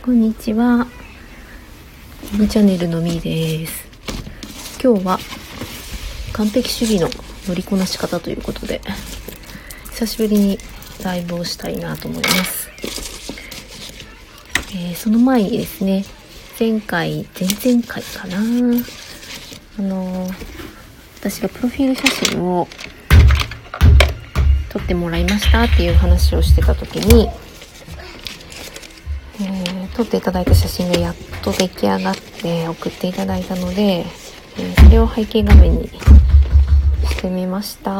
こんにちは。Mチャンネルのみーです。今日は完璧主義の乗りこなし方ということで、久しぶりにライブをしたいなと思います。その前にですね、前々回かな、私がプロフィール写真を撮ってもらいましたっていう話をしてた時に、撮っていただいた写真がやっと出来上がって送っていただいたので、それを背景画面にしてみました。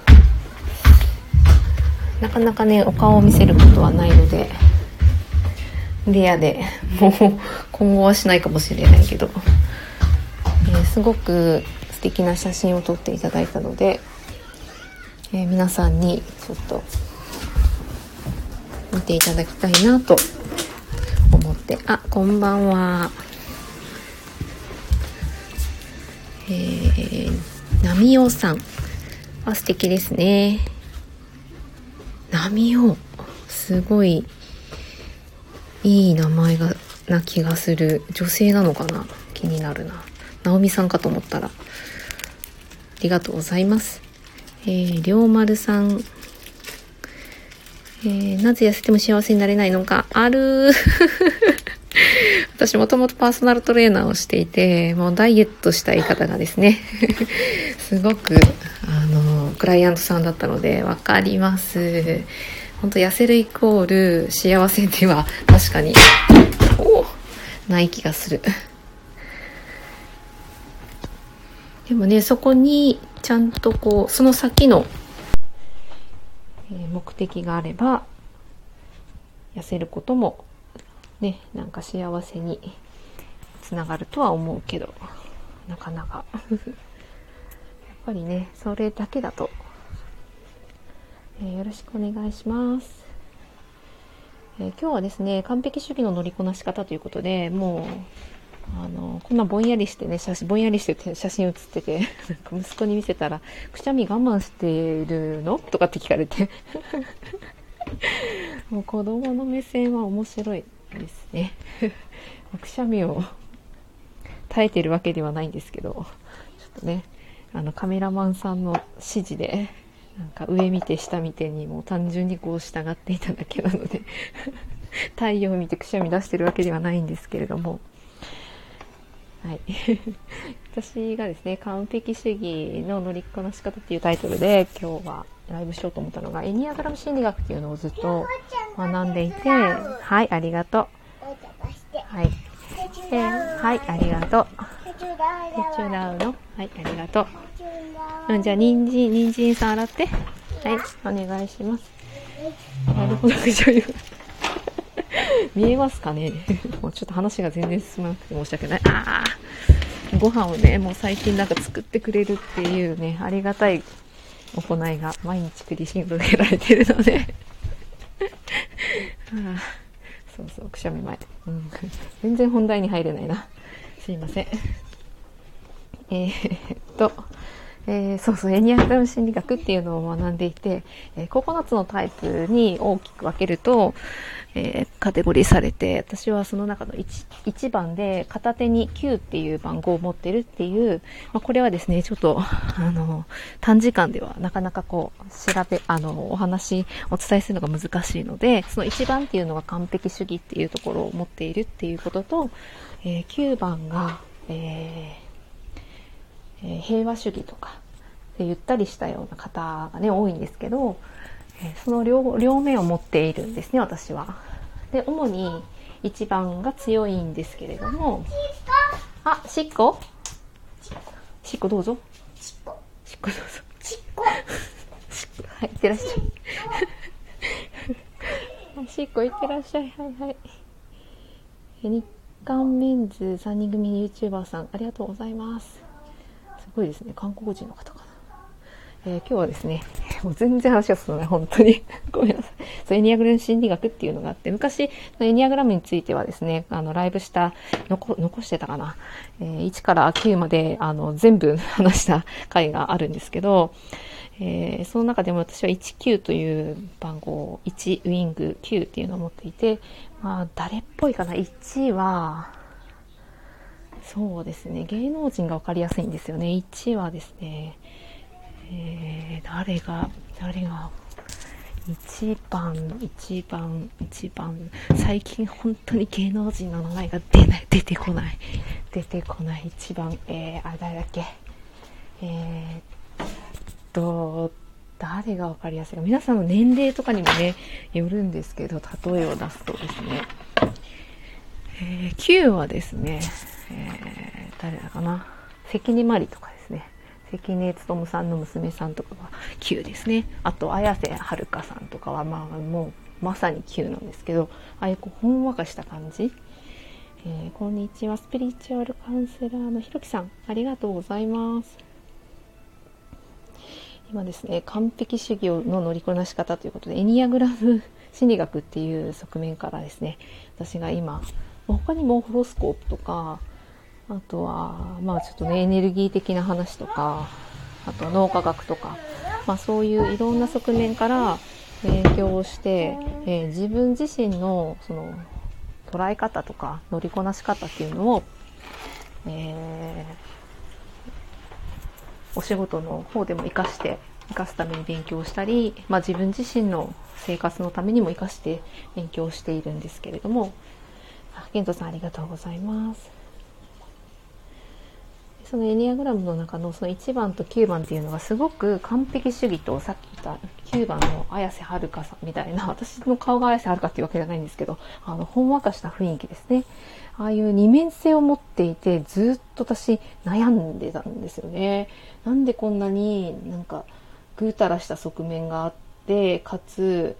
なかなかね、お顔を見せることはないのでレアで、もう今後はしないかもしれないけど、すごく素敵な写真を撮っていただいたので、皆さんにちょっと見ていただきたいなと思って、こんばんは。ナミオさん、素敵ですね。ナミオ、すごいいい名前な気がする。女性なのかな、気になるな。ナオミさんかと思ったら。ありがとうございます。りょうまるさん、なぜ痩せても幸せになれないのかある私もともとパーソナルトレーナーをしていて、もうダイエットしたい方がですねすごくクライアントさんだったのでわかります。本当痩せるイコール幸せでは確かにない気がする。でもね、そこにちゃんとその先の目的があれば痩せることもね、なんか幸せにつながるとは思うけど、なかなかやっぱりね、それだけだと、よろしくお願いします。今日はですね、完璧主義の乗りこなし方ということで、もうこんなぼんやりしてね、ぼんやりしてて写真写っててなんか息子に見せたら、くしゃみ我慢しているのとかって聞かれてもう子供の目線は面白いですねくしゃみを耐えてるわけではないんですけど、ちょっとね、カメラマンさんの指示でなんか上見て下見てにもう単純に従っていただけなので太陽を見てくしゃみ出してるわけではないんですけれども、はい私がですね、完璧主義の乗りこなし方っていうタイトルで今日はライブしようと思ったのが、エニアグラム心理学っていうのをずっと学んでいて、はい、ありがとう。はい、はい、ありがとう。手伝うの、はい、ありがとう。じゃあ人参さん洗って、はい、お願いします。なるほど、見えますかねもうちょっと話が全然進まなくて申し訳ない。ご飯をね、もう最近なんか作ってくれるっていうね、ありがたい行いが毎日繰り広げられているのでそう、くしゃみ前、全然本題に入れないな、すいません。そう、エニアグラム心理学っていうのを学んでいて、9つのタイプに大きく分けると、カテゴリーされて、私はその中の 1番で片手に9っていう番号を持ってるっていう、これはですね、ちょっと短時間ではなかなかお話お伝えするのが難しいので、その1番っていうのが完璧主義っていうところを持っているっていうことと、9番が、平和主義とかでゆったりしたような方がね、多いんですけど、その 両面を持っているんですね、私は。で、主に1番が強いんですけれども、しっこどうぞ。しっこどうぞ。はい、いってらっしゃいしっこいってらっしゃい。はい。日韓メンズ3人組 YouTuber さん、ありがとうございます。すごいですね、韓国人の方かな。今日はですね、もう全然話が進まない、本当にごめんなさい。 そうエニアグラム心理学っていうのがあって、昔エニアグラムについてはですね、ライブした残してたかな、1から9まで全部話した回があるんですけど、その中でも私は19という番号、1ウィング9っていうのを持っていて、まあ誰っぽいかな。1はそうですね、芸能人が分かりやすいんですよね。1はですね、誰が一番最近本当に芸能人の名前が出てこない一番、あれ誰だっけ、誰が分かりやすいか、皆さんの年齢とかにもねよるんですけど、例えを出すとですね、9はですね、誰だかな、関根麻里とかですね、関根勤さんの娘さんとかが9ですね。あと綾瀬はるかさんとかはもうまさに9なんですけど、ああいうほんわかした感じ。こんにちは、スピリチュアルカウンセラーのひろきさん、ありがとうございます。今ですね、完璧主義の乗りこなし方ということで、エニアグラム心理学っていう側面からですね、私が今他にもホロスコープとか、あとはちょっとねエネルギー的な話とか、あと脳科学とか、そういういろんな側面から勉強をして、自分自身のその捉え方とか乗りこなし方っていうのを、お仕事の方でも活かすために勉強したり、自分自身の生活のためにも活かして勉強しているんですけれども、ケントさんありがとうございます。そのエニアグラムの中のその1番と9番っていうのがすごく完璧主義と、さっき言った9番の綾瀬はるかさんみたいな、私の顔が綾瀬はるかっていうわけじゃないんですけど、ほんわかした雰囲気ですね。ああいう二面性を持っていて、ずっと私悩んでたんですよね。なんでこんなになんかぐうたらした側面があって、かつ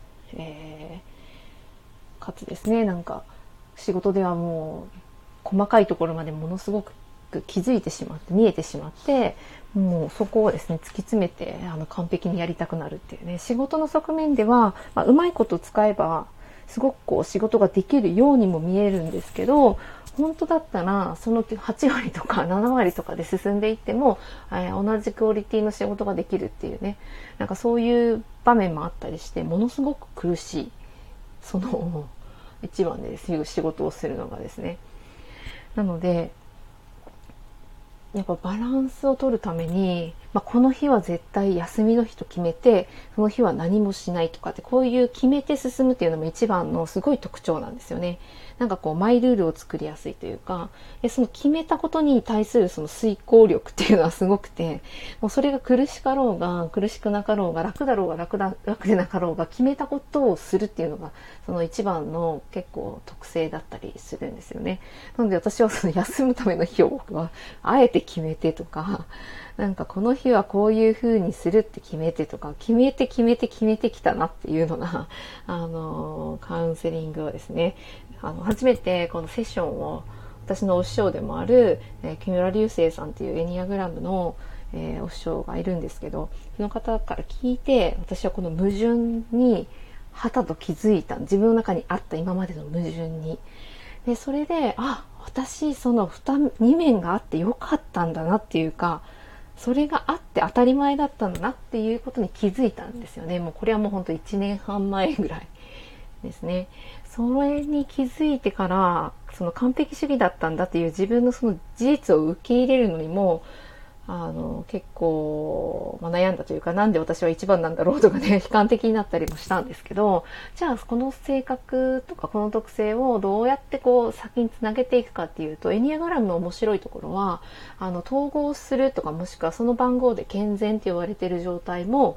ですね、なんか仕事ではもう細かいところまでものすごく気づいてしまって、見えてしまって、もうそこをですね突き詰めて完璧にやりたくなるっていうね。仕事の側面では、うまいこと使えばすごくこう仕事ができるようにも見えるんですけど、本当だったらその8割とか7割とかで進んでいっても、同じクオリティの仕事ができるっていうね、なんかそういう場面もあったりして、ものすごく苦しい、その一番でですね仕事をするのがですね。なのでやっぱバランスを取るために、この日は絶対休みの日と決めて、その日は何もしないとかって、こういう決めて進むっていうのも一番のすごい特徴なんですよね。なんかこうマイルールを作りやすいというか、その決めたことに対するその遂行力っていうのはすごくて、もうそれが苦しかろうが苦しくなかろうが、楽だろうが楽でなかろうが、決めたことをするっていうのがその一番の結構特性だったりするんですよね。なので私はその休むための日をあえて決めてとか、なんかこの日はこういう風にするって決めてとか、決めてきたなっていうのがカウンセリングをですね、初めてこのセッションを私のお師匠でもある、木村隆星さんっていうエニアグラムの、お師匠がいるんですけど、その方から聞いて、私はこの矛盾にはたと気づいた。自分の中にあった今までの矛盾に。でそれで私その2面があってよかったんだなっていうか、それがあって当たり前だったんだなっていうことに気づいたんですよね。もうこれはもう本当1年半前ぐらいですね。それに気づいてから、その完璧主義だったんだっていう自分のその事実を受け入れるのにも結構、悩んだというか、なんで私は一番なんだろうとかね、悲観的になったりもしたんですけど、じゃあこの性格とかこの特性をどうやってこう先につなげていくかっていうと、エニアグラムの面白いところは統合するとか、もしくはその番号で健全って言われている状態も、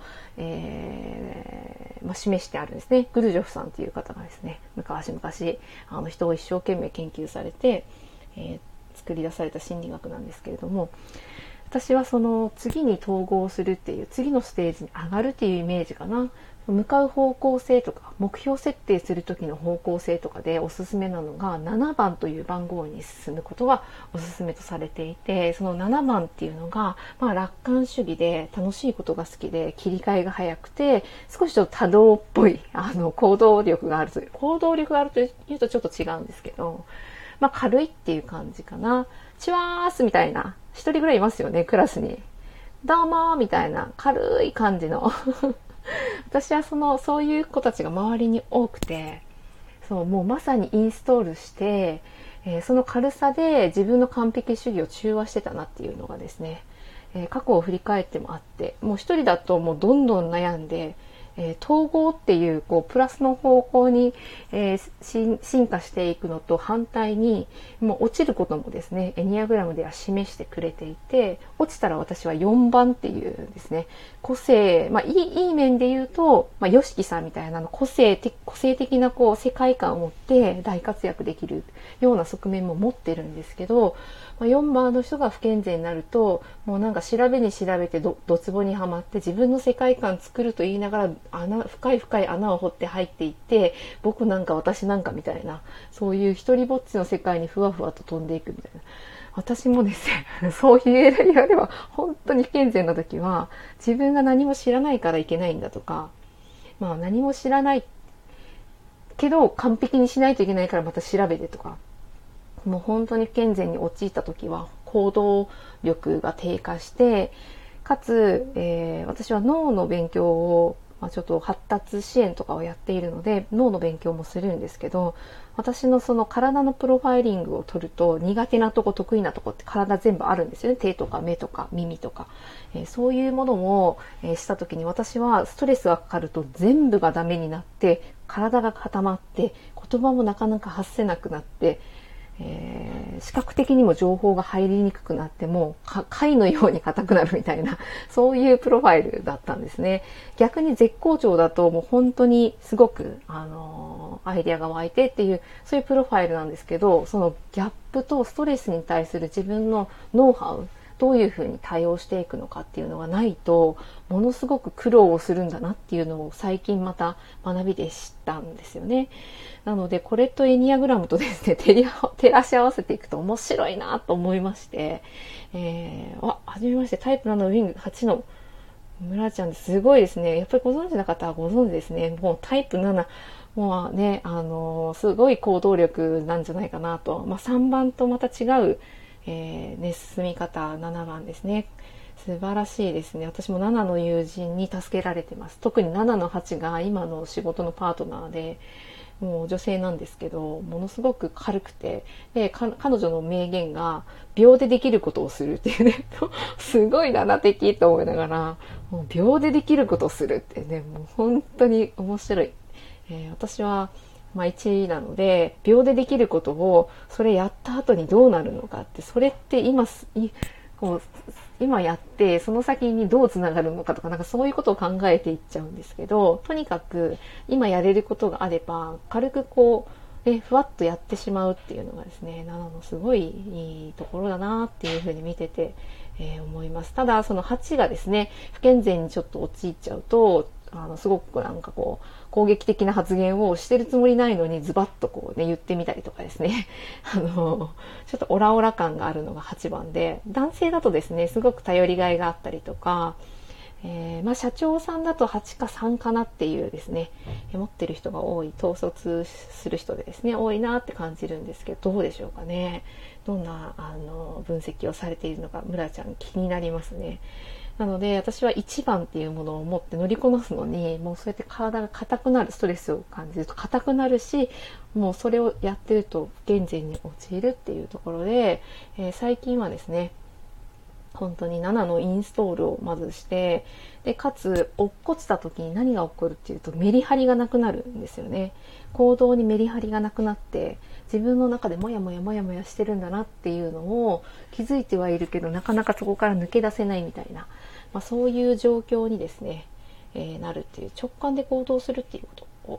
示してあるんですね。グルジョフさんっていう方がですね、昔人を一生懸命研究されて、作り出された心理学なんですけれども、私はその次に統合するっていう次のステージに上がるっていうイメージかな。 向かう方向性とか目標設定する時の方向性とかでおすすめなのが7番という番号に進むことがおすすめとされていて、その7番っていうのが、楽観主義で楽しいことが好きで切り替えが早くて少しちょっと多動っぽい行動力があるというとちょっと違うんですけど、軽いっていう感じかな。チワースみたいな一人ぐらいいますよね、クラスに。どうもみたいな軽い感じの私はそういう子たちが周りに多くて、もうまさにインストールして、その軽さで自分の完璧主義を中和してたなっていうのがですね、過去を振り返ってもあって、もう一人だともうどんどん悩んで、統合っていうプラスの方向に、進化していくのと反対にもう落ちることもですねエニアグラムでは示してくれていて、落ちたら私は4番っていうですね個性、いい面で言うと、YOSHIKIさんみたいな個性的な世界観を持って大活躍できるような側面も持ってるんですけど、4番の人が不健全になるともうなんか調べに調べてドツボにはまって自分の世界観作ると言いながら深い穴を掘って入っていって、僕なんか私なんかみたいな、そういう一人ぼっちの世界にふわふわと飛んでいくみたいな。私もですね、そういうエリアでは本当に不健全な時は自分が何も知らないからいけないんだとか、何も知らないけど完璧にしないといけないからまた調べてとか、もう本当に不健全に陥った時は行動力が低下して、かつ、私は脳の勉強を、ちょっと発達支援とかをやっているので脳の勉強もするんですけど、私のその体のプロファイリングを取ると苦手なとこ得意なとこって体全部あるんですよね。手とか目とか耳とか、そういうものを、した時に私はストレスがかかると全部がダメになって体が固まって言葉もなかなか発せなくなって、視覚的にも情報が入りにくくなっても貝のように硬くなるみたいな、そういうプロファイルだったんですね。逆に絶好調だともう本当にすごく、アイデアが湧いてっていうそういうプロファイルなんですけど、そのギャップとストレスに対する自分のノウハウ、どういうふうに対応していくのかっていうのがないとものすごく苦労をするんだなっていうのを最近また学びで知ったんですよね。なのでこれとエニアグラムとですね照らし合わせていくと面白いなと思いまして、はじめまして、タイプ7ウィング8の村ちゃんです。すごいですね。やっぱりご存知の方はご存知ですね。もうタイプ7、もうね、すごい行動力なんじゃないかなと。3番とまた違う進み方、7番ですね。素晴らしいですね。私も7の友人に助けられてます。特に7の8が今の仕事のパートナーで、もう女性なんですけど、ものすごく軽くて、で彼女の名言が秒でできることをするっていうねすごい7的と思いながら、もう秒でできることをするってね、もう本当に面白い。私は1なので、秒でできることをそれやった後にどうなるのかって、それって今やってその先にどうつながるのかとか、なんかそういうことを考えていっちゃうんですけど、とにかく今やれることがあれば軽くふわっとやってしまうっていうのがですね、7のすごいいいところだなっていうふうに見てて、思います。ただその8がですね不健全にちょっと陥っちゃうと、すごくなんか攻撃的な発言をしてるつもりないのにズバッと言ってみたりとかですねちょっとオラオラ感があるのが8番で、男性だとですねすごく頼りがいがあったりとか、社長さんだと8か3かなっていうですね、持ってる人が多い、統率する人でですね多いなって感じるんですけど、どうでしょうかね。どんな分析をされているのか村ちゃん気になりますね。なので私は1番っていうものを持って乗りこなすのに、もうそうやって体が硬くなる、ストレスを感じると硬くなるし、もうそれをやってると不健全に陥るっていうところで、最近はですね本当に7のインストールをまずして、でかつ落っこちた時に何が起こるっていうと、メリハリがなくなるんですよね。行動にメリハリがなくなって、自分の中でモヤモヤしてるんだなっていうのを気づいてはいるけど、なかなかそこから抜け出せないみたいな、そういう状況にですね、なるっていう、直感で行動するっていうこと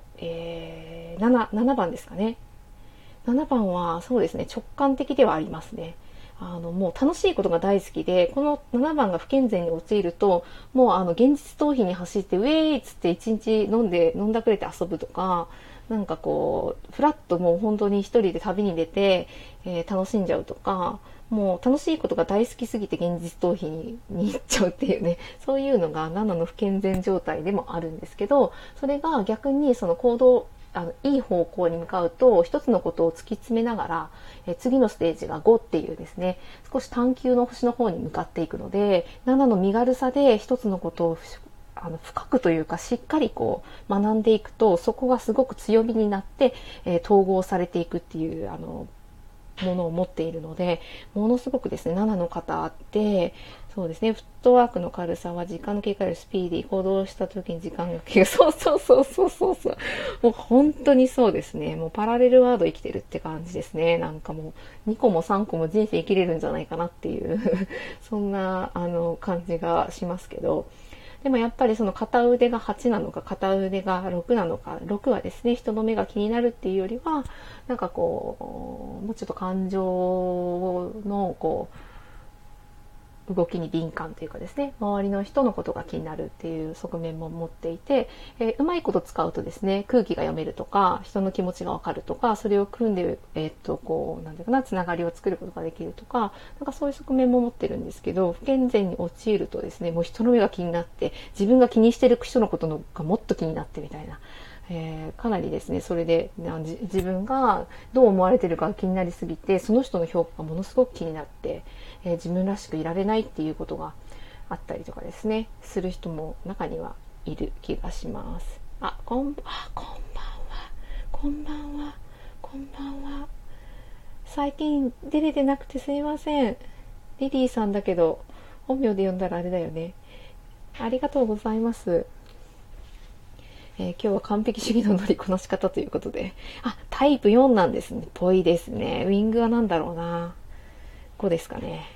を、7番ですかね。7番はそうですね、直感的ではありますね。 もう楽しいことが大好きで、この7番が不健全に陥ると、もう現実逃避に走って、ウェーイっつって一日飲んだくれて遊ぶとか、なんかこう、フラッともう本当に一人で旅に出て、楽しんじゃうとか、もう楽しいことが大好きすぎて現実逃避に行っちゃうっていうね、そういうのが7の不健全状態でもあるんですけど、それが逆にその行動、いい方向に向かうと一つのことを突き詰めながら、次のステージが5っていうですね、少し探求の星の方に向かっていくので、7の身軽さで一つのことを深くというかしっかりこう学んでいくと、そこがすごく強みになって、統合されていくっていうものを持っているので、ものすごくですね、7の方って、そうですね、フットワークの軽さは時間の経過よりスピーディー、行動した時に時間が経過、そう。もう本当にそうですね、もうパラレルワード生きてるって感じですね。なんかもう2個も3個も人生生きれるんじゃないかなっていうそんな感じがしますけど、でもやっぱりその片腕が8なのか片腕が6なのか、6はですね、人の目が気になるっていうよりは、なんかこうもうちょっと感情のこう動きに敏感というかですね、周りの人のことが気になるっていう側面も持っていて、うまいこと使うとですね、空気が読めるとか、人の気持ちがわかるとか、それを組んで、こう、なんていうかな、つながりを作ることができるとか、なんかそういう側面も持ってるんですけど、不健全に陥るとですね、もう人の目が気になって、自分が気にしてる人のことのがもっと気になってみたいな。かなりですね、それで自分がどう思われてるか気になりすぎて、その人の評価がものすごく気になって、自分らしくいられないっていうことがあったりとかですね、する人も中にはいる気がします。こんばんは。最近出れてなくてすいません。リリーさんだけど本名で呼んだらあれだよね。ありがとうございます。今日は完璧主義の乗りこなし方ということで、タイプ4なんですね。ぽいですね。ウィングは何だろうな。5ですかね。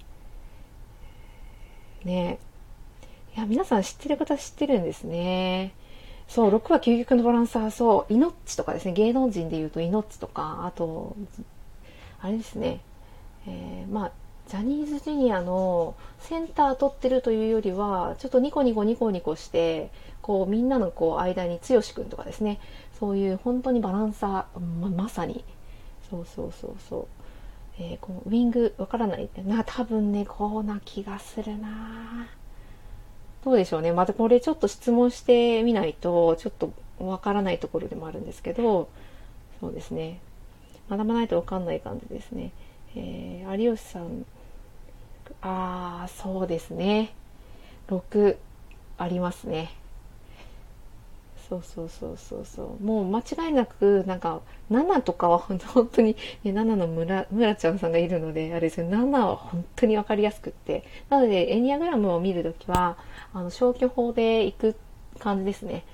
ねえ。いや、皆さん知ってる方知ってるんですね。そう、6は究極のバランサー、そう、イノッチとかですね、芸能人でいうとイノッチとか、あと、あれですね、ジャニーズジュニアのセンター取ってるというよりは、ちょっとニコニコして、こう、みんなのこう、間に剛くんとかですね、そういう本当にバランサー、まさに、そう。このウィングわからない多分ね、こうな気がするな。どうでしょうね。またこれちょっと質問してみないとちょっとわからないところでもあるんですけど、そうですね、学ばないとわかんない感じですね。有吉さん、そうですね、6ありますね。そうもう間違いなくなんか7とかは本当に、ね、7の村ちゃんさんがいるのであれですけど、7は本当に分かりやすくって、なのでエニアグラムを見るときは消去法でいく感じですね。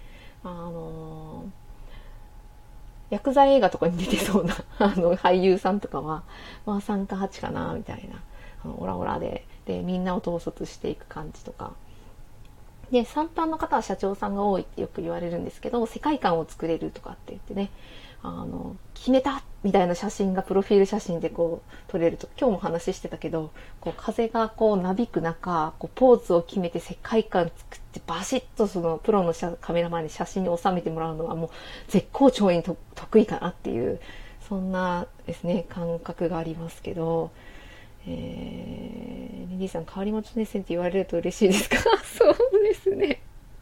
薬剤映画とかに出てそうな俳優さんとかは、3か8かなみたいな、オラオラでみんなを統率していく感じとかで、3班の方は社長さんが多いってよく言われるんですけど、世界観を作れるとかって言ってね、決めたみたいな写真がプロフィール写真でこう撮れると、今日も話してたけど、こう風がこうなびく中、こうポーズを決めて世界観作ってバシッとそのプロのカメラマンに写真に収めてもらうのはもう絶好調に得意かなっていう、そんなですね、感覚がありますけど、リリーさん、変わり者熱線って言われると嬉しいですか？そうですね。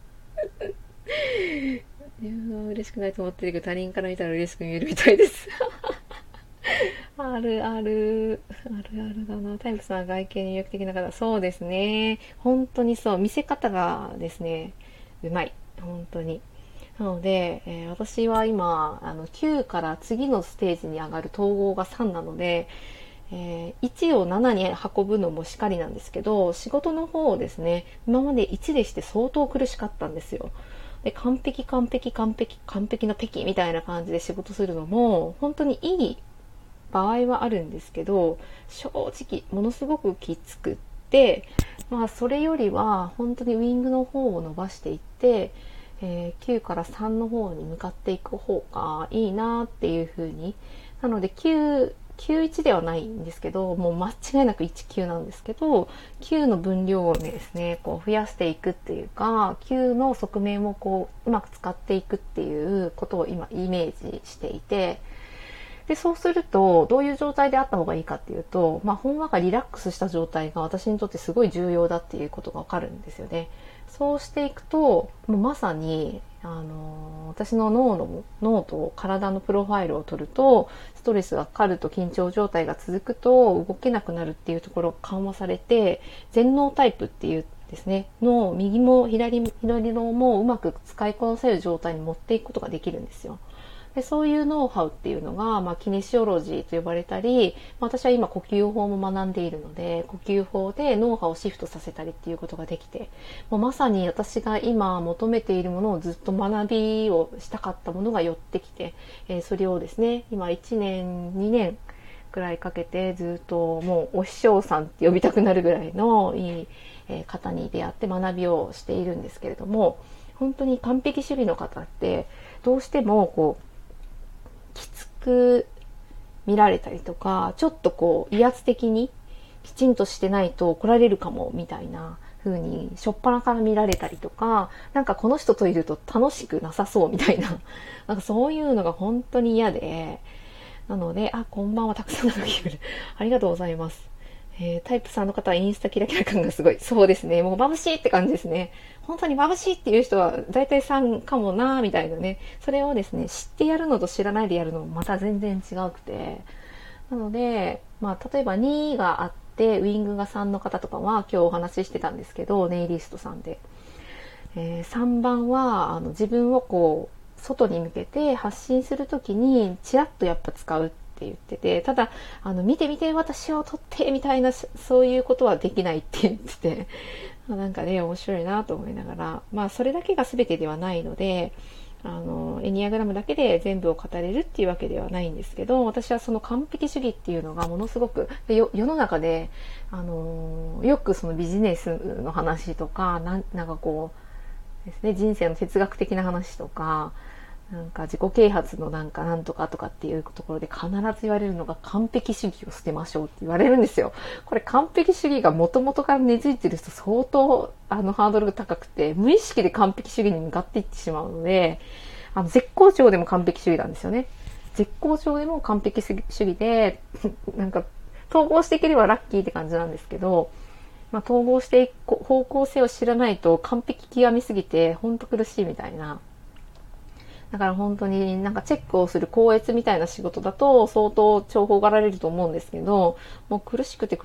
自分は嬉しくないと思ってるけど、他人から見たら嬉しく見えるみたいです。あるあるだな。タイプさんは外見に魅力的な方。そうですね。本当にそう。見せ方がですね、うまい。本当に。なので、私は今、9から次のステージに上がる統合が3なので、1を7に運ぶのもしかりなんですけど、仕事の方をですね、今まで1でして相当苦しかったんですよ。で、完璧のペキみたいな感じで仕事するのも本当にいい場合はあるんですけど、正直ものすごくきつくって、それよりは本当にウィングの方を伸ばしていって、9から3の方に向かっていく方がいいなっていう風に。なので9 91ではないんですけど、もう間違いなく19なんですけど、9の分量をですね、こう増やしていくっていうか、9の側面をこううまく使っていくっていうことを今イメージしていて、で、そうすると、どういう状態であった方がいいかっていうと、ほんわかリラックスした状態が私にとってすごい重要だっていうことがわかるんですよね。そうしていくと、もうまさに、私の脳と体のプロファイルを取ると、ストレスがかかると緊張状態が続くと動けなくなるっていうところが緩和されて、全脳タイプっていうですね、の右も左脳もうまく使いこなせる状態に持っていくことができるんですよ。で、そういうノウハウっていうのが、キネシオロジーと呼ばれたり、私は今呼吸法も学んでいるので、呼吸法で脳波をシフトさせたりっていうことができて、もうまさに私が今求めているものをずっと学びをしたかったものが寄ってきて、それをですね、今1年、2年くらいかけてずっともうお師匠さんって呼びたくなるぐらいのいい方に出会って学びをしているんですけれども、本当に完璧主義の方ってどうしてもこうきつく見られたりとか、ちょっとこう威圧的にきちんとしてないと怒られるかもみたいな風に初っ端から見られたりとか、なんかこの人といると楽しくなさそうみたいな、なんかそういうのが本当に嫌で、なので、こんばんは、たくさんの時来る。ありがとうございます。タイプ3の方はインスタキラキラ感がすごい。そうですね。もう眩しいって感じですね。本当に眩しいっていう人は大体3かもなーみたいなね。それをですね、知ってやるのと知らないでやるのもまた全然違うくて。なので、例えば2があって、ウィングが3の方とかは今日お話ししてたんですけど、ネイリストさんで。3番は、自分をこう、外に向けて発信するときに、ちらっとやっぱ使うって言ってて、ただ見て見て私を撮ってみたいなそういうことはできないって言ってて、なんかね面白いなと思いながら、それだけが全てではないので、エニアグラムだけで全部を語れるっていうわけではないんですけど、私はその完璧主義っていうのがものすごく世の中で、よくそのビジネスの話とかなんかこうですね、人生の哲学的な話とか、なんか自己啓発のなんとかとかっていうところで必ず言われるのが、完璧主義を捨てましょうって言われるんですよ。これ完璧主義が元々から根付いてる人相当ハードルが高くて、無意識で完璧主義に向かっていってしまうので、絶好調でも完璧主義なんですよね。絶好調でも完璧主義で、なんか統合していければラッキーって感じなんですけど、統合していく方向性を知らないと完璧極みすぎて本当苦しいみたいな。だから本当になんかチェックをする校閲みたいな仕事だと相当重宝がられると思うんですけど、もう苦しくて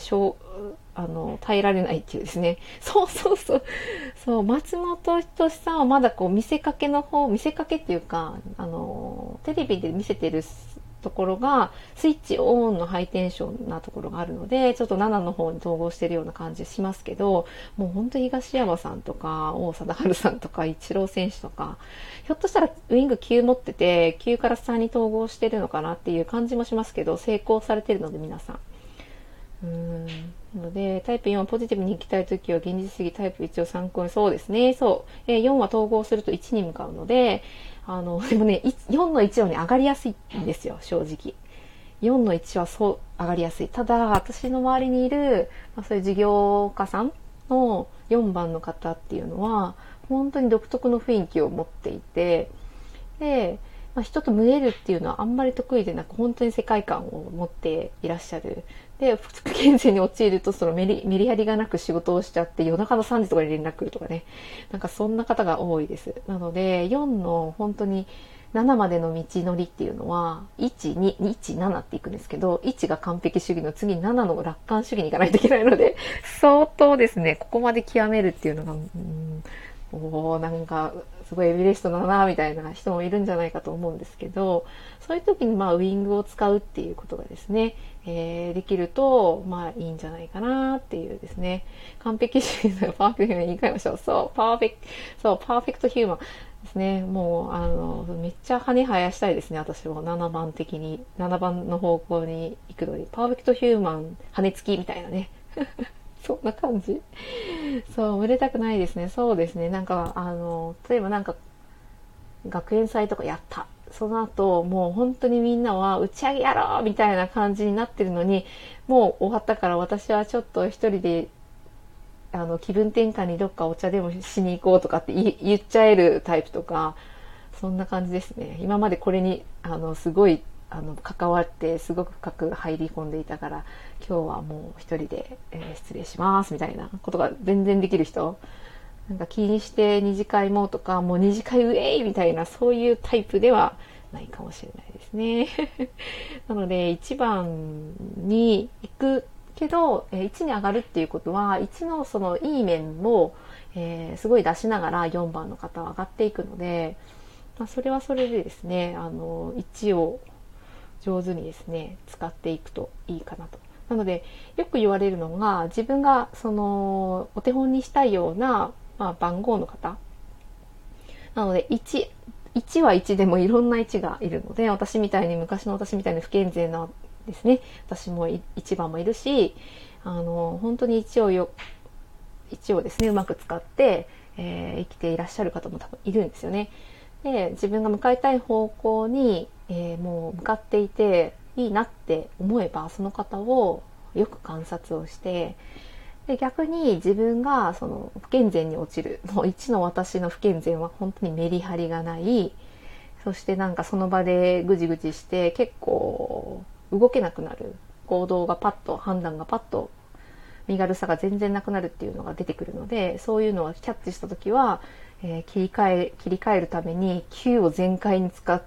耐えられないっていうですね。そう、松本人志さんはまだこう見せかけっていうか、テレビで見せてるところがスイッチオンのハイテンションなところがあるので、ちょっと7の方に統合してるような感じしますけど、もう本当に東山さんとか王貞治さんとかイチロー選手とか、ひょっとしたらウィング9持ってて9から3に統合してるのかなっていう感じもしますけど、成功されてるので皆さん。なのでタイプ4はポジティブに生きたいときは現実主義、タイプ1を参考に、そうですね、4は統合すると1に向かうので、でもね、4の1はね、上がりやすいんですよ、正直。4の1は上がりやすい。ただ、私の周りにいる、そういう事業家さんの4番の方っていうのは、本当に独特の雰囲気を持っていて、で、人と群れるっていうのはあんまり得意でなく、本当に世界観を持っていらっしゃる。で、不健全に陥るとそのメリハリがなく仕事をしちゃって、夜中の3時とかに連絡来るとかね。なんかそんな方が多いです。なので、4の本当に7までの道のりっていうのは、1、2、1、7っていくんですけど、1が完璧主義の次に7の楽観主義に行かないといけないので、相当ですね、ここまで極めるっていうのが、なんかすごいエベレストだなみたいな人もいるんじゃないかと思うんですけど、そういう時にウィングを使うっていうことがですね、できるといいんじゃないかなっていうですね。完璧主義のパーフェクトヒューマン言い換えましょう。パーフェクトヒューマンですね。もうめっちゃ羽生やしたいですね。私も7番的に7番の方向に行くのに、パーフェクトヒューマン羽付きみたいなね。そんな感じ。群れたくないですね。そうですね。なんか、例えばなんか、学園祭とかやった。 その後もう本当にみんなは打ち上げやろうみたいな感じになってるのに、もう終わったから私はちょっと一人で気分転換にどっかお茶でもしに行こうとかって言っちゃえるタイプとか、そんな感じですね。今までこれにすごい関わってすごく深く入り込んでいたから、今日はもう一人で、失礼しますみたいなことが全然できる人、なんか気にして二次会もとか、もう二次会ウェイみたいな、そういうタイプではないかもしれないですね。なので1番に行くけど、1に上がるっていうことは1のそのいい面を、すごい出しながら4番の方は上がっていくので、それはそれでですね、1を上手にですね使っていくといいかなと。なのでよく言われるのが、自分がそのお手本にしたいような、番号の方なので、1は1でもいろんな1がいるので、昔の私みたいに不健全なですね、私も1番もいるし、本当に1をですねうまく使って、生きていらっしゃる方も多分いるんですよね。で、自分が向かいたい方向に、もう向かっていていいなって思えば、その方をよく観察をして、で逆に自分がその不健全に落ちる、もう1の私の不健全は本当にメリハリがない、そしてなんかその場でぐじぐじして結構動けなくなる、行動がパッと、判断がパッと、身軽さが全然なくなるっていうのが出てくるので、そういうのをキャッチした時は、切り替えるために Q を全開に使って、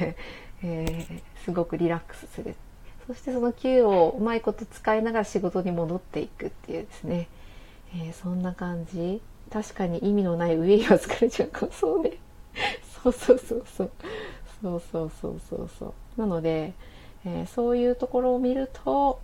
すごくリラックスする。そしてその Q をうまいこと使いながら仕事に戻っていくっていうですね、そんな感じ。確かに意味のない上には疲れちゃうかも。そうね。そうそうそうそう。そうそうそうそうそう。なので、そういうところを見ると、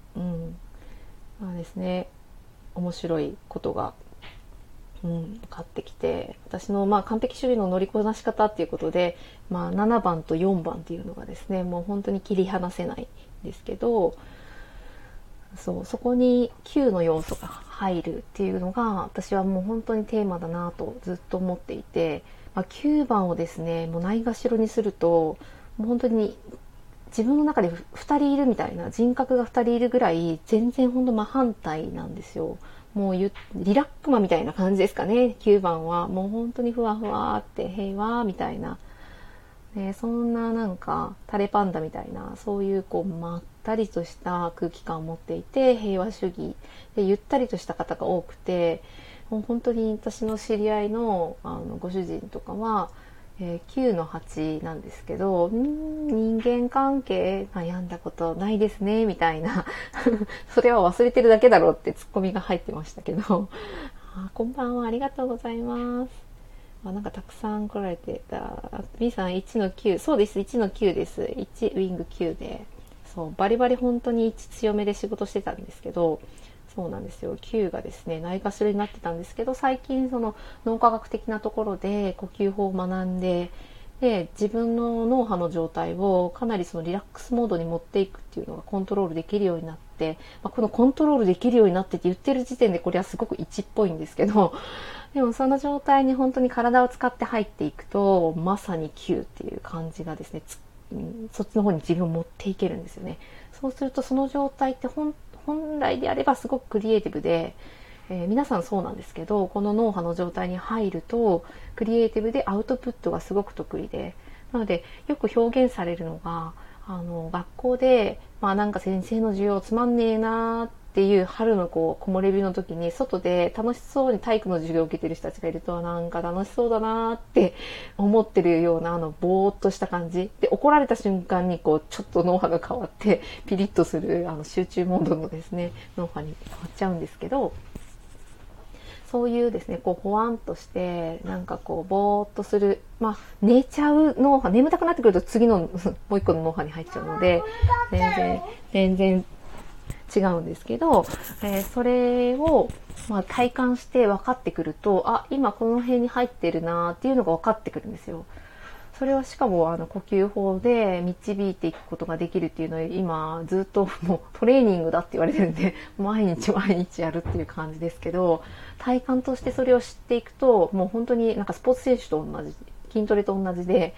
ですね、面白いことが、分かってきて、私の完璧主義の乗りこなし方っていうことで、7番と4番っていうのがですね、もう本当に切り離せないんですけど、そこに9の要素が入るっていうのが私はもう本当にテーマだなとずっと思っていて、9番をですねもうないがしろにすると、もう本当に自分の中で2人いるみたいな、人格が2人いるぐらい全然本当真反対なんですよ。もうリラックマみたいな感じですかね。9番はもう本当にふわふわって平和みたいな、そんななんかタレパンダみたいな、そういうまったりとした空気感を持っていて、平和主義でゆったりとした方が多くて、もう本当に私の知り合いのご主人とかは、9の8なんですけど、人間関係悩んだことないですねみたいなそれは忘れてるだけだろうってツッコミが入ってましたけどこんばんは、ありがとうございます。なんかたくさん来られてた。B さん1の9、そうです、1の9です。1ウィング9で、そうバリバリ本当に1強めで仕事してたんですけど、そうなんですよ、9がですねないがしろになってたんですけど、最近その脳科学的なところで呼吸法を学んで、自分の脳波の状態をかなりそのリラックスモードに持っていくっていうのがコントロールできるようになって、このコントロールできるようになってって言ってる時点でこれはすごく1っぽいんですけど、でもその状態に本当に体を使って入っていくと、まさに9っていう感じがですね、そっちの方に自分を持っていけるんですよね。そうするとその状態って本来であればすごくクリエイティブで、皆さんそうなんですけど、この脳波の状態に入るとクリエイティブでアウトプットがすごく得意で、なのでよく表現されるのが、学校で、なんか先生の授業つまんねえなっていう春の木漏れ日の時に外で楽しそうに体育の授業を受けてる人たちがいると、なんか楽しそうだなって思ってるようなぼーっとした感じで、怒られた瞬間にちょっと脳波が変わってピリッとする集中モードのですね脳波に変わっちゃうんですけど、そういうですねほわんとしてなんかぼーっとする、寝ちゃう脳波、眠たくなってくると次のもう一個の脳波に入っちゃうので全然違うんですけど、それを体感して分かってくると、今この辺に入ってるなっていうのが分かってくるんですよ。それはしかも呼吸法で導いていくことができるっていうのを今ずっともうトレーニングだって言われてるんで、毎日やるっていう感じですけど、体感としてそれを知っていくと、もう本当になんかスポーツ選手と同じ、筋トレと同じで、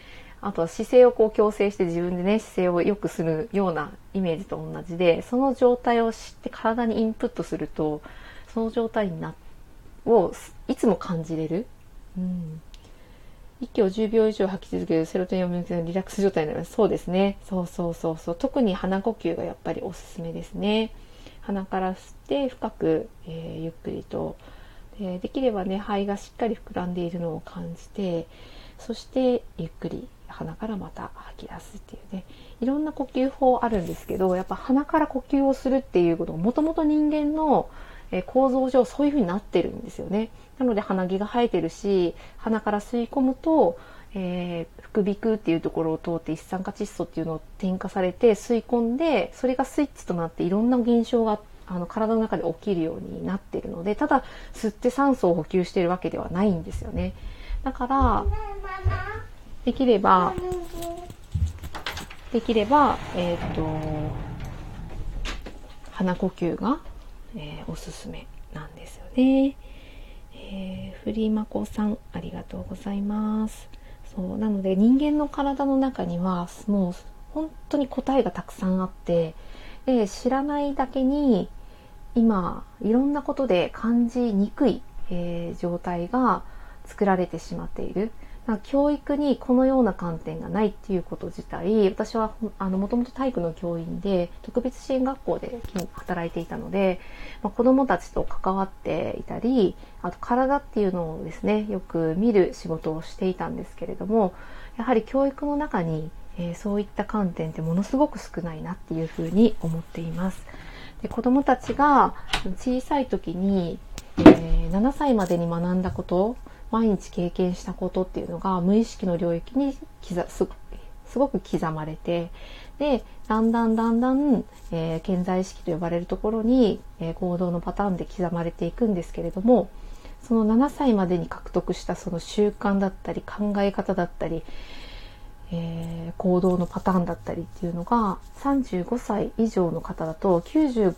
あとは姿勢をこう矯正して自分でね、姿勢を良くするようなイメージと同じで、その状態を知って体にインプットすると、その状態をいつも感じれる。息を10秒以上吐き続けるセロトニンを分泌のリラックス状態になります。そうですね。そう。特に鼻呼吸がやっぱりおすすめですね。鼻から吸って深く、ゆっくりと、できればね、肺がしっかり膨らんでいるのを感じて、そしてゆっくり鼻からまた吐き出すっていうね、いろんな呼吸法あるんですけど、やっぱ鼻から呼吸をするっていうこともともと人間の構造上そういう風になってるんですよね。なので鼻毛が生えてるし、鼻から吸い込むと、副鼻腔っていうところを通って一酸化窒素っていうのを添加されて吸い込んで、それがスイッチとなっていろんな現象が体の中で起きるようになっているので、ただ吸って酸素を補給しているわけではないんですよね。だからできれば鼻呼吸が、おすすめなんですよね。フリマコさん、ありがとうございます。そうなので、人間の体の中にはもう本当に答えがたくさんあって、で知らないだけに今いろんなことで感じにくい、状態が作られてしまっている。教育にこのような観点がないっていうこと自体、私はもともと体育の教員で特別支援学校で働いていたので、子どもたちと関わっていたり、あと体っていうのをですね、よく見る仕事をしていたんですけれども、やはり教育の中に、そういった観点ってものすごく少ないなっていうふうに思っています。で、子どもたちが小さい時に、7歳までに学んだこと、毎日経験したことっていうのが無意識の領域にすごく刻まれて、でだんだん、潜在意識と呼ばれるところに、行動のパターンで刻まれていくんですけれども、その7歳までに獲得したその習慣だったり考え方だったり、行動のパターンだったりっていうのが35歳以上の方だと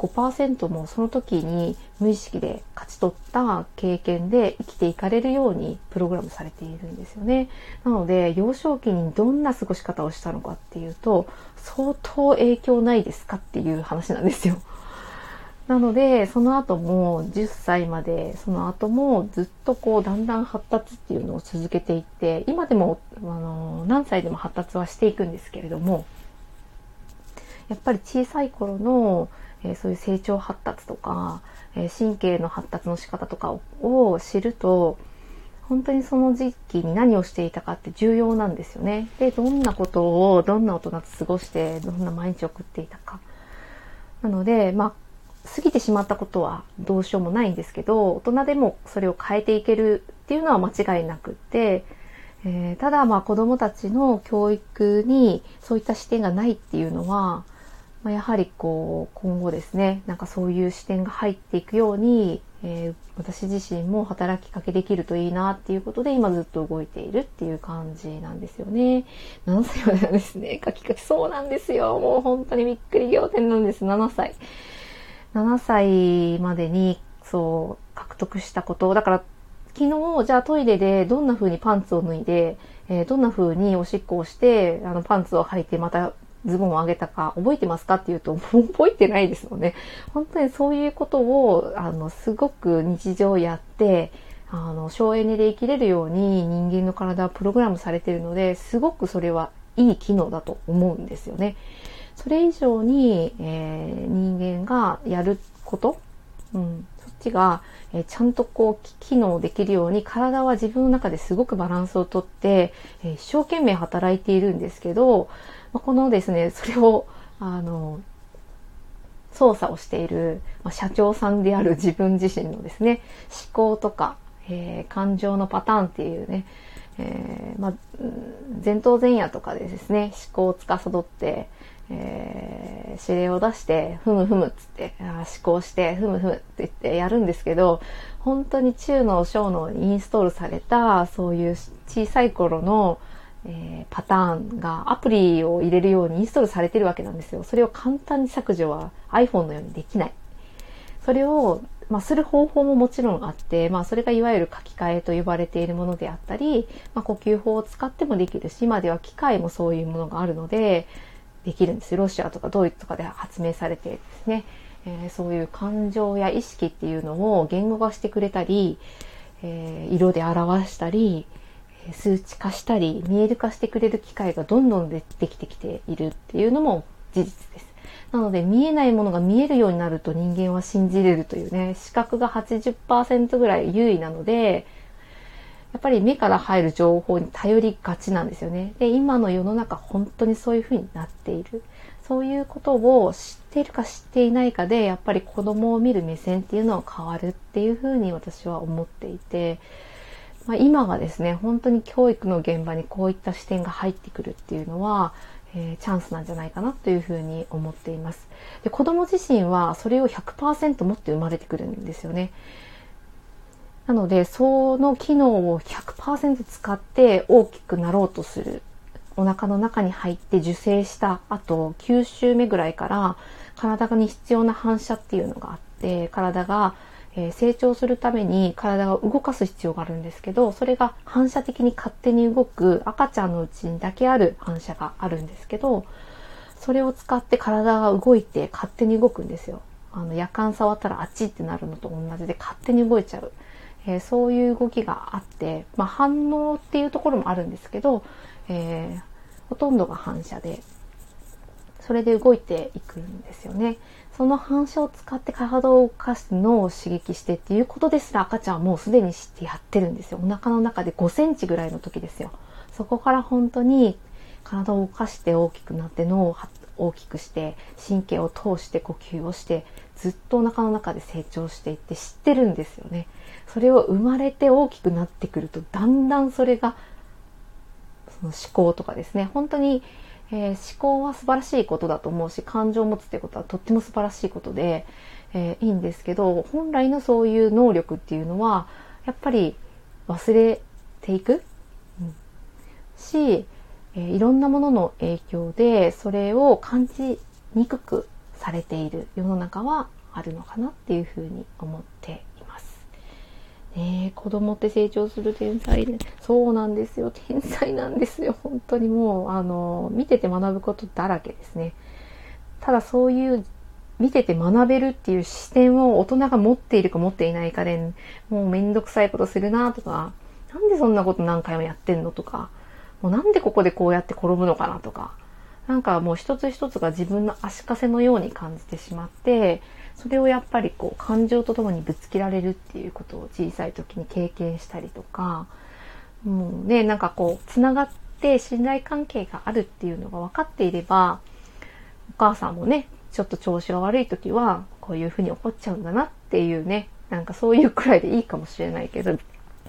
95% もその時に無意識で勝ち取った経験で生きていかれるようにプログラムされているんですよね。なので幼少期にどんな過ごし方をしたのかっていうと、相当影響ないですかっていう話なんですよ。なのでその後も10歳まで、その後もずっとこうだんだん発達っていうのを続けていって、今でも何歳でも発達はしていくんですけれども、やっぱり小さい頃の、そういう成長発達とか、神経の発達の仕方とかを知ると、本当にその時期に何をしていたかって重要なんですよね。で、どんなことをどんな大人と過ごしてどんな毎日を送っていたか。なので過ぎてしまったことはどうしようもないんですけど、大人でもそれを変えていけるっていうのは間違いなくって、ただ子どもたちの教育にそういった視点がないっていうのは、やはり今後ですね、そういう視点が入っていくように、私自身も働きかけできるといいなっていうことで今ずっと動いているっていう感じなんですよね。7歳までなんですね。書きそうなんですよ。もう本当にびっくり仰天なんです。7歳までにそう獲得したこと。だから昨日じゃあトイレでどんな風にパンツを脱いで、どんな風におしっこをしてパンツを履いてまたズボンを上げたか覚えてますかっていうと覚えてないですよね。本当にそういうことをすごく日常やって省エネで生きれるように人間の体はプログラムされているので、すごくそれはいい機能だと思うんですよね。それ以上に、人間がやること、そっちが、ちゃんと機能できるように体は自分の中ですごくバランスをとって、一生懸命働いているんですけど、このですね、それを操作をしている、社長さんである自分自身のですね、思考とか、感情のパターンっていうね、前頭前野とかでですね、思考を司って、指令を出してふむふむっつって思考してふむふむって言ってやるんですけど、本当に中脳小脳にインストールされたそういう小さい頃の、パターンがアプリを入れるようにインストールされてるわけなんですよ。それを簡単に削除は iPhone のようにできない。それをする方法ももちろんあって、それがいわゆる書き換えと呼ばれているものであったり、呼吸法を使ってもできるし、今では機械もそういうものがあるのでできるんですよ。ロシアとかドイツとかで発明されてですね、そういう感情や意識っていうのを言語化してくれたり、色で表したり数値化したり見える化してくれる機会がどんどんできてきているっていうのも事実です。なので見えないものが見えるようになると人間は信じれるというね、視覚が 80% ぐらい優位なので、やっぱり目から入る情報に頼りがちなんですよね。で、今の世の中本当にそういう風になっている。そういうことを知っているか知っていないかで、やっぱり子供を見る目線っていうのは変わるっていう風に私は思っていて、今がですね、本当に教育の現場にこういった視点が入ってくるっていうのは、チャンスなんじゃないかなというふうに思っています。で、子供自身はそれを 100% 持って生まれてくるんですよね。なので、その機能を 100% 使って大きくなろうとする。お腹の中に入って受精した後、9週目ぐらいから体に必要な反射っていうのがあって、体が成長するために体を動かす必要があるんですけど、それが反射的に勝手に動く赤ちゃんのうちにだけある反射があるんですけど、それを使って体が動いて勝手に動くんですよ。夜間触ったらあっちってなるのと同じで勝手に動いちゃう。そういう動きがあって、反応っていうところもあるんですけど、ほとんどが反射で、それで動いていくんですよね。その反射を使って体を動かす脳を刺激してっていうことですら赤ちゃんはもうすでに知ってやってるんですよ。お腹の中で5センチぐらいの時ですよ。そこから本当に体を動かして大きくなって脳を大きくして神経を通して呼吸をしてずっとお腹の中で成長していって知ってるんですよね。それを生まれて大きくなってくるとだんだんそれがその思考とかですね、本当に思考は素晴らしいことだと思うし、感情を持つってことはとっても素晴らしいことで、いいんですけど、本来のそういう能力っていうのはやっぱり忘れていく、し、いろんなものの影響でそれを感じにくくされている世の中はあるのかなっていうふうに思っています。子供って成長する天才ね。そうなんですよ。天才なんですよ。本当にもう、見てて学ぶことだらけですね。ただそういう見てて学べるっていう視点を大人が持っているか持っていないかで、もうめんどくさいことするなとか、なんでそんなこと何回もやってんのとか、もうなんでここでこうやって転ぶのかなとか、なんかもう一つ一つが自分の足かせのように感じてしまって、それをやっぱりこう感情とともにぶつけられるっていうことを小さい時に経験したりとか、もうね、なんかこうつながって信頼関係があるっていうのが分かっていれば、お母さんもね、ちょっと調子が悪い時はこういうふうに怒っちゃうんだなっていうね、なんかそういうくらいでいいかもしれないけど、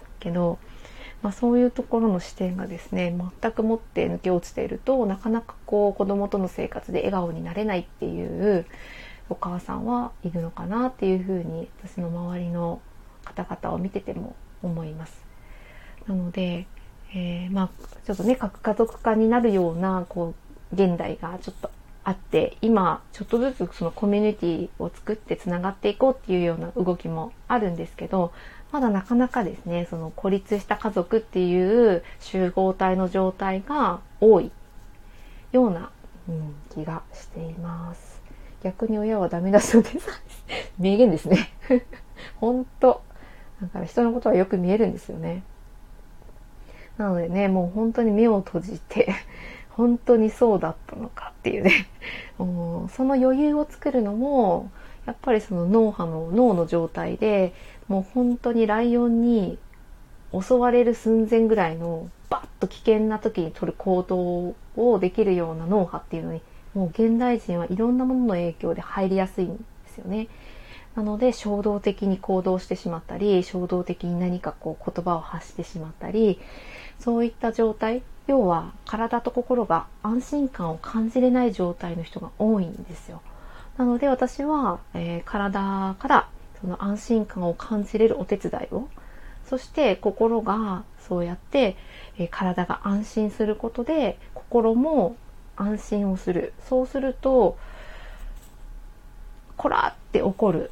そういうところの視点がですね、全くもって抜け落ちていると、なかなかこう子供との生活で笑顔になれないっていうお母さんはいるのかなっていうふうに、私の周りの方々を見てても思います。なので、ちょっとね、核家族化になるようなこう現代がちょっとあって、今ちょっとずつそのコミュニティを作ってつながっていこうっていうような動きもあるんですけど、まだなかなかですね、その孤立した家族っていう集合体の状態が多いような、気がしています。逆に親はダメだそうです。名言ですね。本当。だから人のことはよく見えるんですよね。なのでね、もう本当に目を閉じて、本当にそうだったのかっていうね。その余裕を作るのも、やっぱりその脳の状態で、もう本当にライオンに襲われる寸前ぐらいのバッと危険な時に取る行動をできるような脳波っていうのに、もう現代人はいろんなものの影響で入りやすいんですよね。なので衝動的に行動してしまったり、衝動的に何かこう言葉を発してしまったり、そういった状態、要は体と心が安心感を感じれない状態の人が多いんですよ。なので私は、体からその安心感を感じれるお手伝いを、そして心がそうやって、体が安心することで心も安心をする。そうするとこらって怒る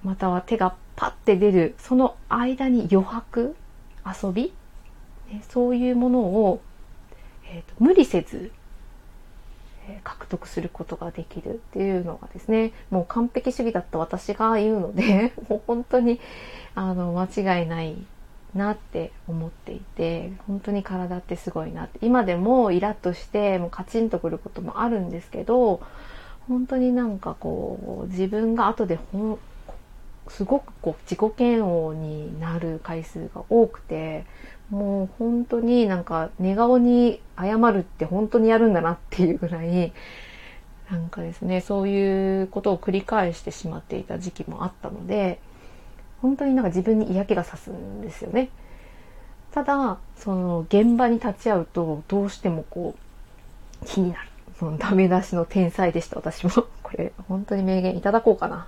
または手がパッて出るその間に余白、遊び、そういうものを、無理せず獲得することができるっていうのがですね、もう完璧主義だった私が言うのでもう本当に間違いないなって思っていて、本当に体ってすごいなって、今でもイラッとしてもうカチンとくることもあるんですけど、本当になんかこう自分が後ですごくこう自己嫌悪になる回数が多くて、もう本当になんか寝顔に謝るって本当にやるんだなっていうぐらい、なんかですね、そういうことを繰り返してしまっていた時期もあったので、本当になんか自分に嫌気がさすんですよね。ただその現場に立ち会うとどうしてもこう気になる。そのダメ出しの天才でした、私も。これ本当に名言いただこうかな。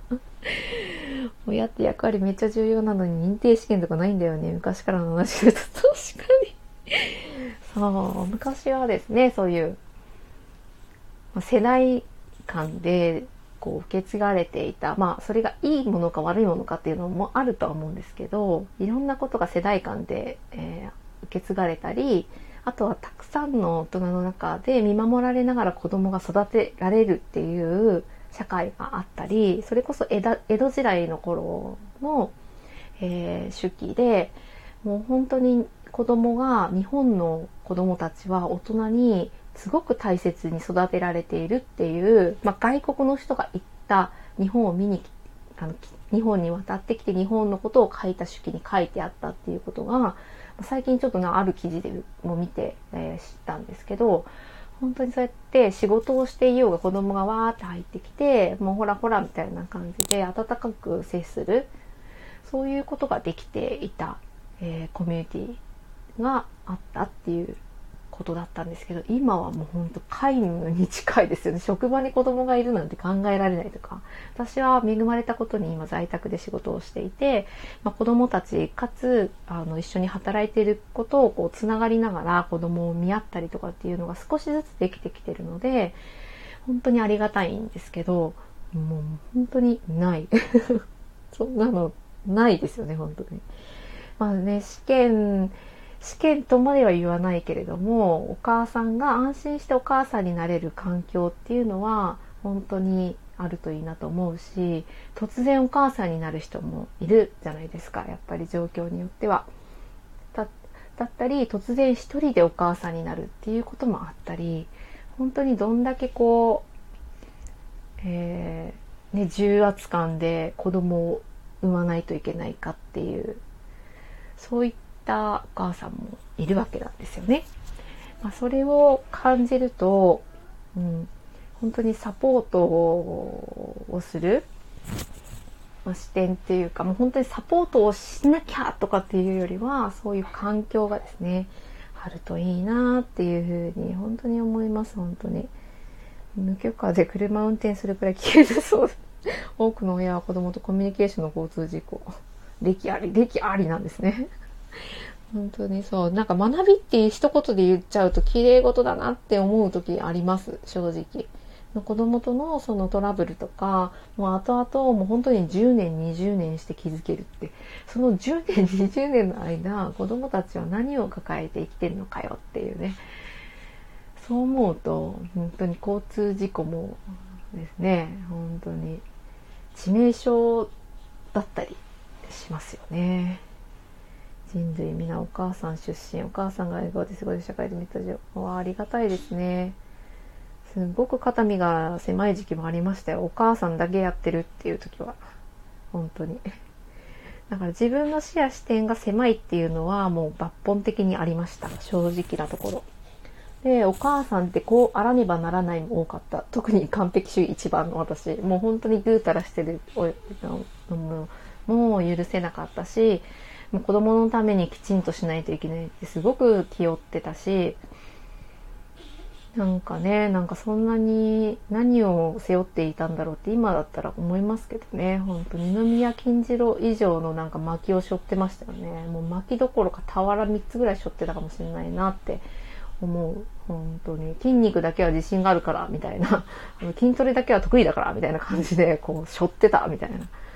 親って役割めっちゃ重要なのに認定試験とかないんだよね。昔からの話ですと。確かに。そう、昔はですね、そういう世代間でこう受け継がれていた、それがいいものか悪いものかっていうのもあるとは思うんですけど、いろんなことが世代間で、受け継がれたり、あとはたくさんの大人の中で見守られながら子供が育てられるっていう社会があったり、それこそ江戸時代の頃の、手記でもう本当に日本の子供たちは大人にすごく大切に育てられているっていう、外国の人が行った日本を見に日本に渡ってきて日本のことを書いた手記に書いてあったっていうことが最近ちょっとある記事でも見て、知ったんですけど、本当にそうやって仕事をしていようが子供がわーって入ってきて、もうほらほらみたいな感じで温かく接する、そういうことができていた、コミュニティがあったっていうことだったんですけど、今はもう本当皆無に近いですよね。職場に子供がいるなんて考えられないとか、私は恵まれたことに今在宅で仕事をしていて、子供たちかつ一緒に働いていることをこうつながりながら子供を見合ったりとかっていうのが少しずつできてきてるので、本当にありがたいんですけど、もう本当にないそんなのないですよね、本当に。試験とまでは言わないけれども、お母さんが安心してお母さんになれる環境っていうのは本当にあるといいなと思うし、突然お母さんになる人もいるじゃないですか、やっぱり状況によっては。だったり、突然一人でお母さんになるっていうこともあったり、本当にどんだけこう、重圧感で子供を産まないといけないかっていう、そういったお母さんもいるわけなんですよね。それを感じると、本当にサポートをする、視点っていうか、もう本当にサポートをしなきゃとかっていうよりは、そういう環境がですねあるといいなっていうふうに本当に思います。本当に無許可で車を運転するくらい危険だそうです。多くの親は子供とコミュニケーションの交通事故歴ありなんですね。本当にそう、なんか学びって一言で言っちゃうと綺麗事だなって思う時あります、正直。子供とのそのトラブルとか、もう後々もう本当に10年20年して気づけるって、その10年20年の間子供たちは何を抱えて生きてるのかよっていうね、そう思うと本当に交通事故もですね、本当に致命傷だったりしますよね。人類皆お母さん出身、お母さんが笑顔で過ごす社会で見た情報はありがたいですね。すごく肩身が狭い時期もありましたよ。お母さんだけやってるっていう時は本当に。だから自分の視野視点が狭いっていうのはもう抜本的にありました、正直なところで。お母さんってこうあらねばならないも多かった。特に完璧主義一番の私、もう本当にぐうたらしてるのも許せなかったし、もう子供のためにきちんとしないといけないってすごく気負ってたし、なんかそんなに何を背負っていたんだろうって今だったら思いますけどね。本当に二宮金次郎以上のなんか薪を背負ってましたよね。もう薪どころか俵3つぐらい背負ってたかもしれないなって思う。本当に筋肉だけは自信があるからみたいな筋トレだけは得意だからみたいな感じでこう背負ってたみたいな。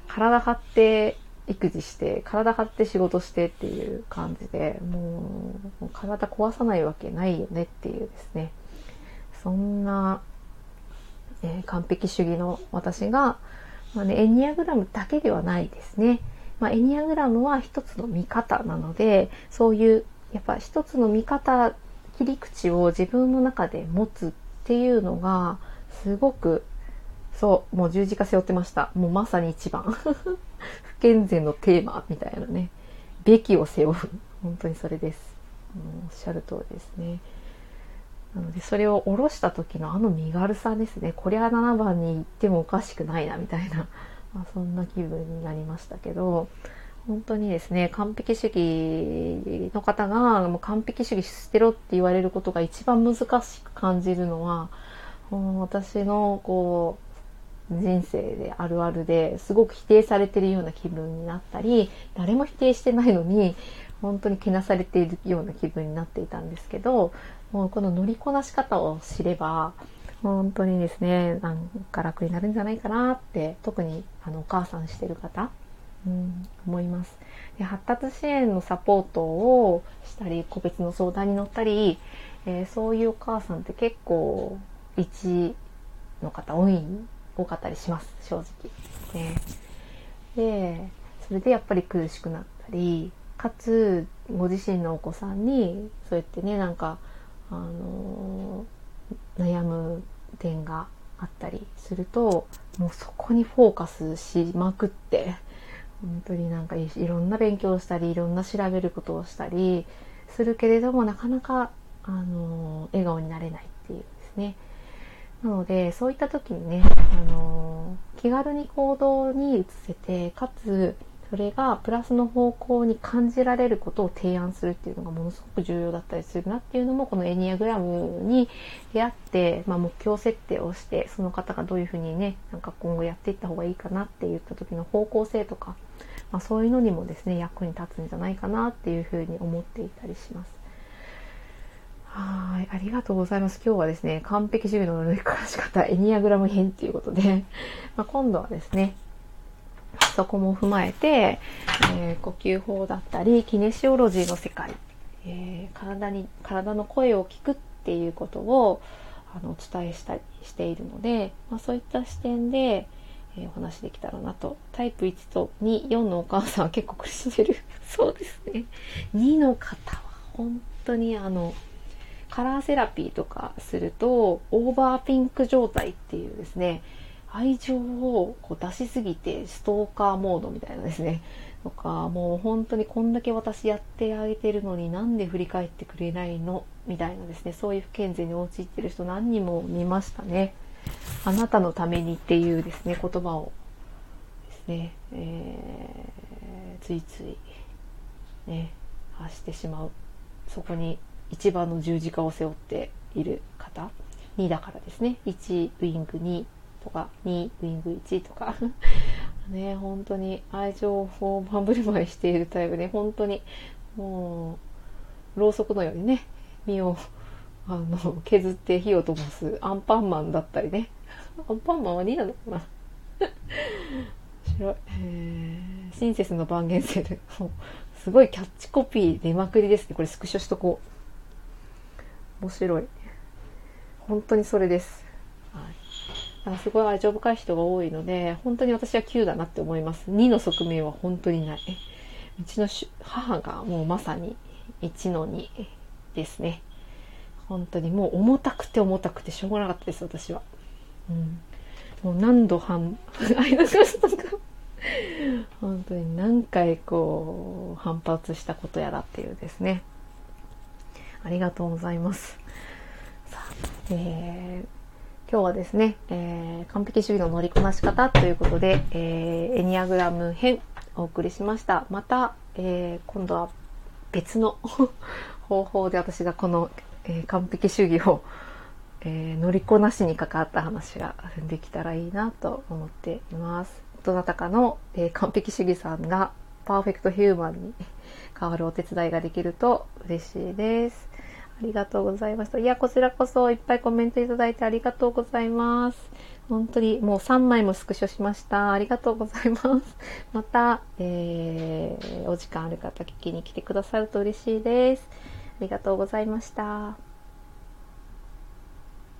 体張って育児して、体張って仕事してっていう感じで、もう体壊さないわけないよねっていうですね。そんな、完璧主義の私が、エニアグラムだけではないですね。エニアグラムは一つの見方なので、そういうやっぱ一つの見方、切り口を自分の中で持つっていうのがすごく、そうもう十字架背負ってました。もうまさに一番不健全のテーマみたいなね、べきを背負う、本当にそれです。おっしゃる通りですね。なのでそれを下ろした時の身軽さですね。こりゃ7番に行ってもおかしくないなみたいな、そんな気分になりましたけど、本当にですね、完璧主義の方がもう完璧主義捨てろって言われることが一番難しく感じるのは、私の人生であるあるですごく否定されているような気分になったり、誰も否定してないのに本当にけなされているような気分になっていたんですけど、もうこの乗りこなし方を知れば本当にですね、なんか楽になるんじゃないかなって、特にお母さんしてる方、思います。で、発達支援のサポートをしたり、個別の相談に乗ったり、そういうお母さんって結構1の方多かったりします、正直。で、それでやっぱり苦しくなったり、かつご自身のお子さんにそうやってね、悩む点があったりすると、もうそこにフォーカスしまくって、本当にいろんな勉強をしたり、いろんな調べることをしたりするけれども、なかなか笑顔になれないっていうですね。なのでそういった時にね、気軽に行動に移せて、かつそれがプラスの方向に感じられることを提案するっていうのがものすごく重要だったりするなっていうのも、このエニアグラムに出会って、目標設定をして、その方がどういうふうにね、今後やっていった方がいいかなって言った時の方向性とか、そういうのにもですね、役に立つんじゃないかなっていうふうに思っていたりします。はい、ありがとうございます。今日はですね、完璧主義の乗りこなし方、エニアグラム編ということで、今度はですね、そこも踏まえて、呼吸法だったり、キネシオロジーの世界、体の声を聞くっていうことをお伝えしたりしているので、そういった視点で、お話できたらなと。タイプ1と2、4のお母さんは結構苦しんでる。そうですね。2の方は本当にカラーセラピーとかするとオーバーピンク状態っていうですね、愛情を出しすぎてストーカーモードみたいなですね、とか、もう本当にこんだけ私やってあげてるのになんで振り返ってくれないのみたいなですね、そういう不健全に陥ってる人何人も見ましたね。あなたのためにっていうですね、言葉をですね、ついついね、発してしまう。そこに一番の十字架を背負っている方、2だからですね、1ウィング2とか2ウィング1とかね、本当に愛情を半振る舞いしているタイプで、本当にもうろうそくのようにね、身を削って火を灯すアンパンマンだったりね。アンパンマンは2なのかな面白い。親切の番言セル、すごいキャッチコピー出まくりですね。これスクショしとこう。面白い。本当にそれです。はい、だからすごい愛情深い人が多いので、本当に私は9だなって思います。2の側面は本当にない。うちの母がもうまさに1の2ですね。本当にもう重たくてしょうがなかったです、私は。もう何度本当に何回反発したことやらっていうですね。ありがとうございます。さあ、今日はですね、完璧主義の乗りこなし方ということで、エニアグラム編お送りしました。また、今度は別の方法で私がこの、完璧主義を、乗りこなしに関わった話ができたらいいなと思っています。どなたかの、完璧主義さんがパーフェクトヒューマンに変わるお手伝いができると嬉しいです。ありがとうございました。いや、こちらこそいっぱいコメントいただいてありがとうございます。 本当にもう3枚もスクショしました。ありがとうございます。また、お時間ある方聞きに来てくださると嬉しいです。ありがとうございました。